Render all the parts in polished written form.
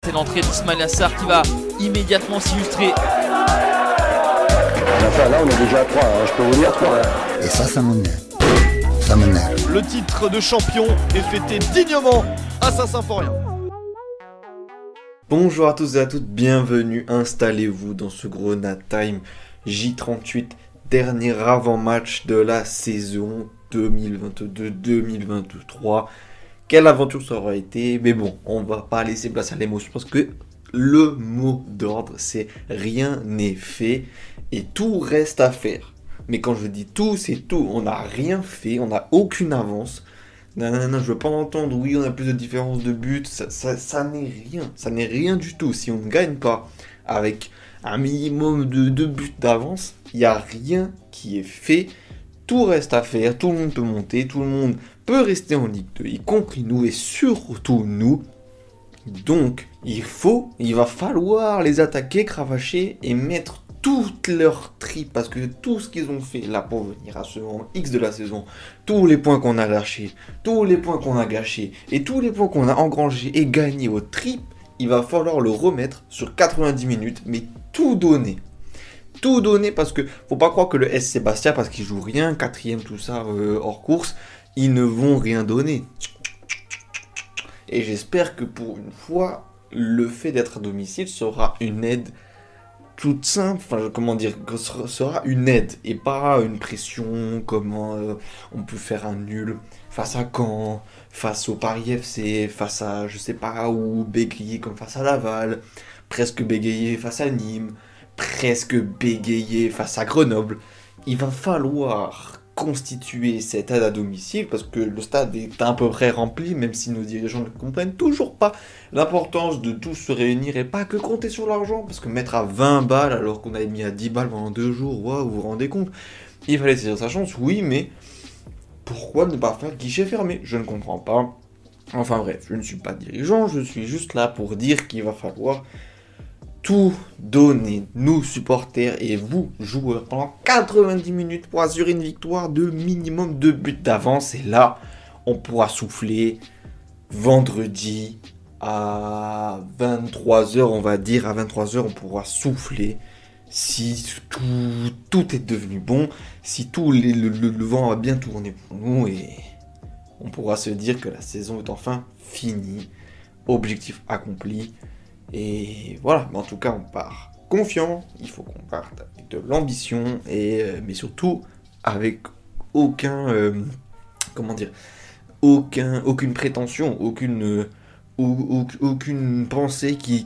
et l'entrée d'Ismail Assar qui va immédiatement s'illustrer. Enfin, là, on est déjà à 3, je peux vous dire 3. Et ça m'énerve. Ça m'énerve. Le titre de champion est fêté dignement à Saint-Symphorien. Bonjour à tous et à toutes, bienvenue, installez-vous dans ce gros Nat Time J38, dernier avant-match de la saison 2022-2023. Quelle aventure ça aura été, mais bon, on va pas laisser place à l'émotion parce que le mot d'ordre c'est rien n'est fait et tout reste à faire. Mais quand je dis tout, c'est tout, on n'a rien fait, on n'a aucune avance. Non, je veux pas entendre, oui, on a plus de différence de but, ça n'est rien du tout. Si on ne gagne pas avec un minimum de buts d'avance, il n'y a rien qui est fait, tout reste à faire, tout le monde peut monter, tout le monde peut rester en Ligue 2, y compris nous et surtout nous. Donc, il va falloir les attaquer, cravacher et mettre toutes leurs tripes, parce que tout ce qu'ils ont fait là pour venir à ce moment X de la saison, tous les points qu'on a lâchés, tous les points qu'on a gâchés et tous les points qu'on a engrangés et gagnés aux tripes, il va falloir le remettre sur 90 minutes, mais tout donner. Tout donner, parce que faut pas croire que le SC Bastia, parce qu'ils jouent rien, 4ème tout ça hors course, ils ne vont rien donner. Et j'espère que pour une fois, le fait d'être à domicile sera une aide toute simple, sera une aide et pas une pression comme on peut faire un nul face à Caen, face au Paris FC, face à je sais pas où, bégayer comme face à Laval, presque bégayer face à Nîmes, presque bégayer face à Grenoble. Il va falloir constituer cette aide à domicile parce que le stade est à peu près rempli, même si nos dirigeants ne comprennent toujours pas l'importance de tous se réunir et pas que compter sur l'argent, parce que mettre à 20 balles alors qu'on avait mis à 10 balles pendant 2 jours, waouh, vous vous rendez compte, il fallait saisir sa chance, oui, mais pourquoi ne pas faire guichet fermé? Je ne comprends pas. Enfin bref, je ne suis pas dirigeant, je suis juste là pour dire qu'il va falloir tout donner, nous supporters et vous joueurs, pendant 90 minutes pour assurer une victoire de minimum 2 buts d'avance. Et là, on pourra souffler vendredi à 23h, on va dire. À 23h, on pourra souffler si tout est devenu bon, si le vent a bien tourné pour nous et on pourra se dire que la saison est enfin finie, objectif accompli. Et voilà, mais en tout cas on part confiant, il faut qu'on parte avec de l'ambition, mais surtout avec aucune prétention, aucune pensée qui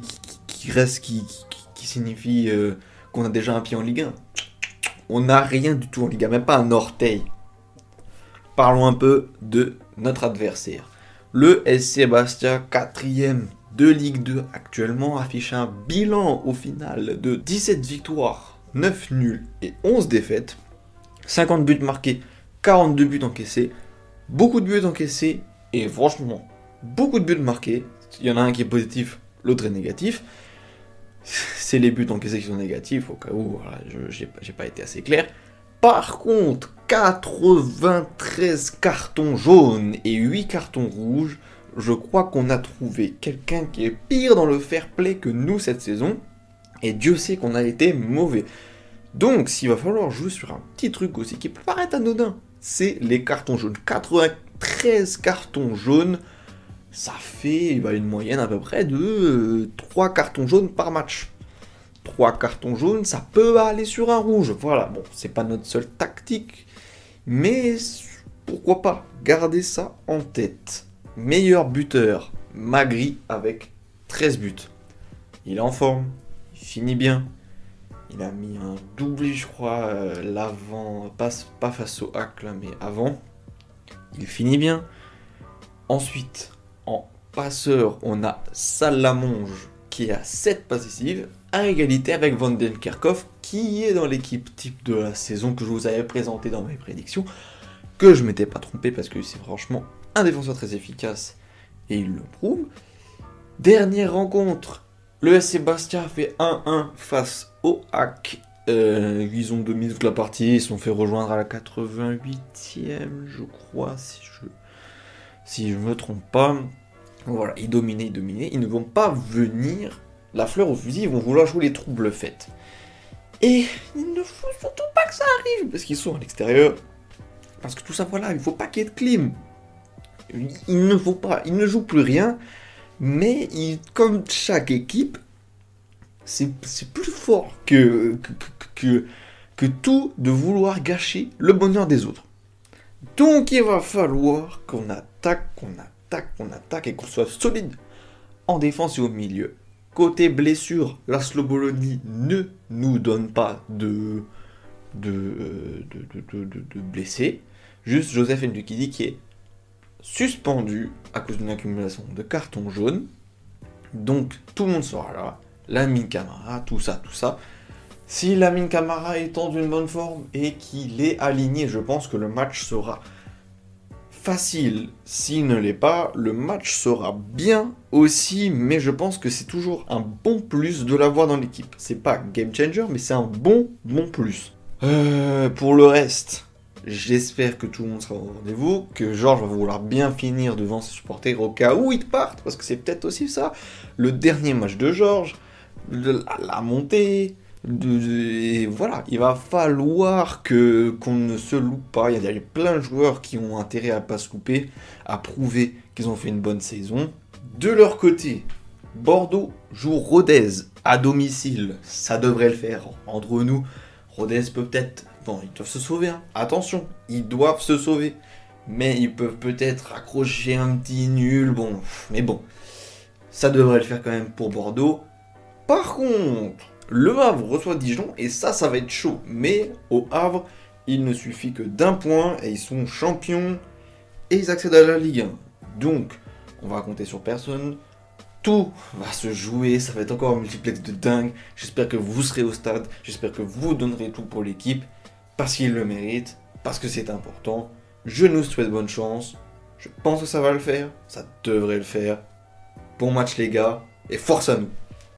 signifie qu'on a déjà un pied en Ligue 1. On n'a rien du tout en Ligue 1, même pas un orteil. Parlons un peu de notre adversaire. Le SC Bastia, 4ème de Ligue 2 actuellement, affiche un bilan au final de 17 victoires, 9 nuls et 11 défaites, 50 buts marqués, 42 buts encaissés, beaucoup de buts encaissés et franchement beaucoup de buts marqués. Il y en a un qui est positif, l'autre est négatif. C'est les buts encaissés qui sont négatifs, au cas où voilà, j'ai pas été assez clair. Par contre, 93 cartons jaunes et 8 cartons rouges. Je crois qu'on a trouvé quelqu'un qui est pire dans le fair play que nous cette saison. Et Dieu sait qu'on a été mauvais. Donc, s'il va falloir jouer sur un petit truc aussi qui peut paraître anodin, c'est les cartons jaunes. 93 cartons jaunes, ça fait une moyenne à peu près de 3 cartons jaunes par match. 3 cartons jaunes, ça peut aller sur un rouge. Voilà, bon, c'est pas notre seule tactique. Mais pourquoi pas garder ça en tête. Meilleur buteur, Magri avec 13 buts. Il est en forme, il finit bien. Il a mis un doublé, je crois, l'avant, pas face au hack là, mais avant. Il finit bien. Ensuite, en passeur, on a Salamonge qui a 7 passes décisives, à égalité avec Van den Kerkhoff qui est dans l'équipe type de la saison que je vous avais présenté dans mes prédictions, que je m'étais pas trompé parce que c'est franchement un défenseur très efficace et il le prouve. Dernière rencontre, le SC Bastia a fait 1-1 face au HAC. Ils ont dominé toute la partie, ils se sont fait rejoindre à la 88e, je crois, si je me trompe pas. Voilà, ils dominaient, ils ne vont pas venir la fleur au fusil, ils vont vouloir jouer les troubles faites. Et il ne faut surtout pas que ça arrive, parce qu'ils sont à l'extérieur. Parce que tout ça, voilà, il ne faut pas qu'il y ait de clim. Il ne faut pas, ils ne jouent plus rien, mais comme chaque équipe, c'est plus fort que tout de vouloir gâcher le bonheur des autres. Donc il va falloir qu'on attaque et qu'on soit solide en défense et au milieu. Côté blessure, la Slobolonie ne nous donne pas de blessés. Juste Joseph Ndukidi qui est suspendu à cause d'une accumulation de cartons jaunes. Donc tout le monde sera là. Lamine Camara, tout ça. Si Lamine Camara est en une bonne forme et qu'il est aligné, je pense que le match sera facile. S'il ne l'est pas, le match sera bien aussi, mais je pense que c'est toujours un bon plus de l'avoir dans l'équipe. C'est pas game changer, mais c'est un bon plus. Pour le reste, j'espère que tout le monde sera au rendez-vous, que Georges va vouloir bien finir devant ses supporters au cas où ils partent, parce que c'est peut-être aussi ça, le dernier match de Georges, la montée, et voilà, il va falloir qu'on ne se loupe pas. Il y a plein de joueurs qui ont intérêt à ne pas se louper, à prouver qu'ils ont fait une bonne saison. De leur côté, Bordeaux joue Rodez à domicile, ça devrait le faire. Entre nous, Rodez peut-être... Bon, ils doivent se sauver, hein. Attention, ils doivent se sauver. Mais ils peuvent peut-être accrocher un petit nul, bon, mais bon. Ça devrait le faire quand même pour Bordeaux. Par contre, Le Havre reçoit Dijon, et ça va être chaud. Mais au Havre, il ne suffit que d'un point, et ils sont champions, et ils accèdent à la Ligue 1. Donc, on va compter sur personne. Tout va se jouer, ça va être encore un multiplex de dingue. J'espère que vous serez au stade, j'espère que vous donnerez tout pour l'équipe, parce qu'ils le méritent, parce que c'est important. Je nous souhaite bonne chance, je pense que ça va le faire, ça devrait le faire. Bon match les gars, et force à nous.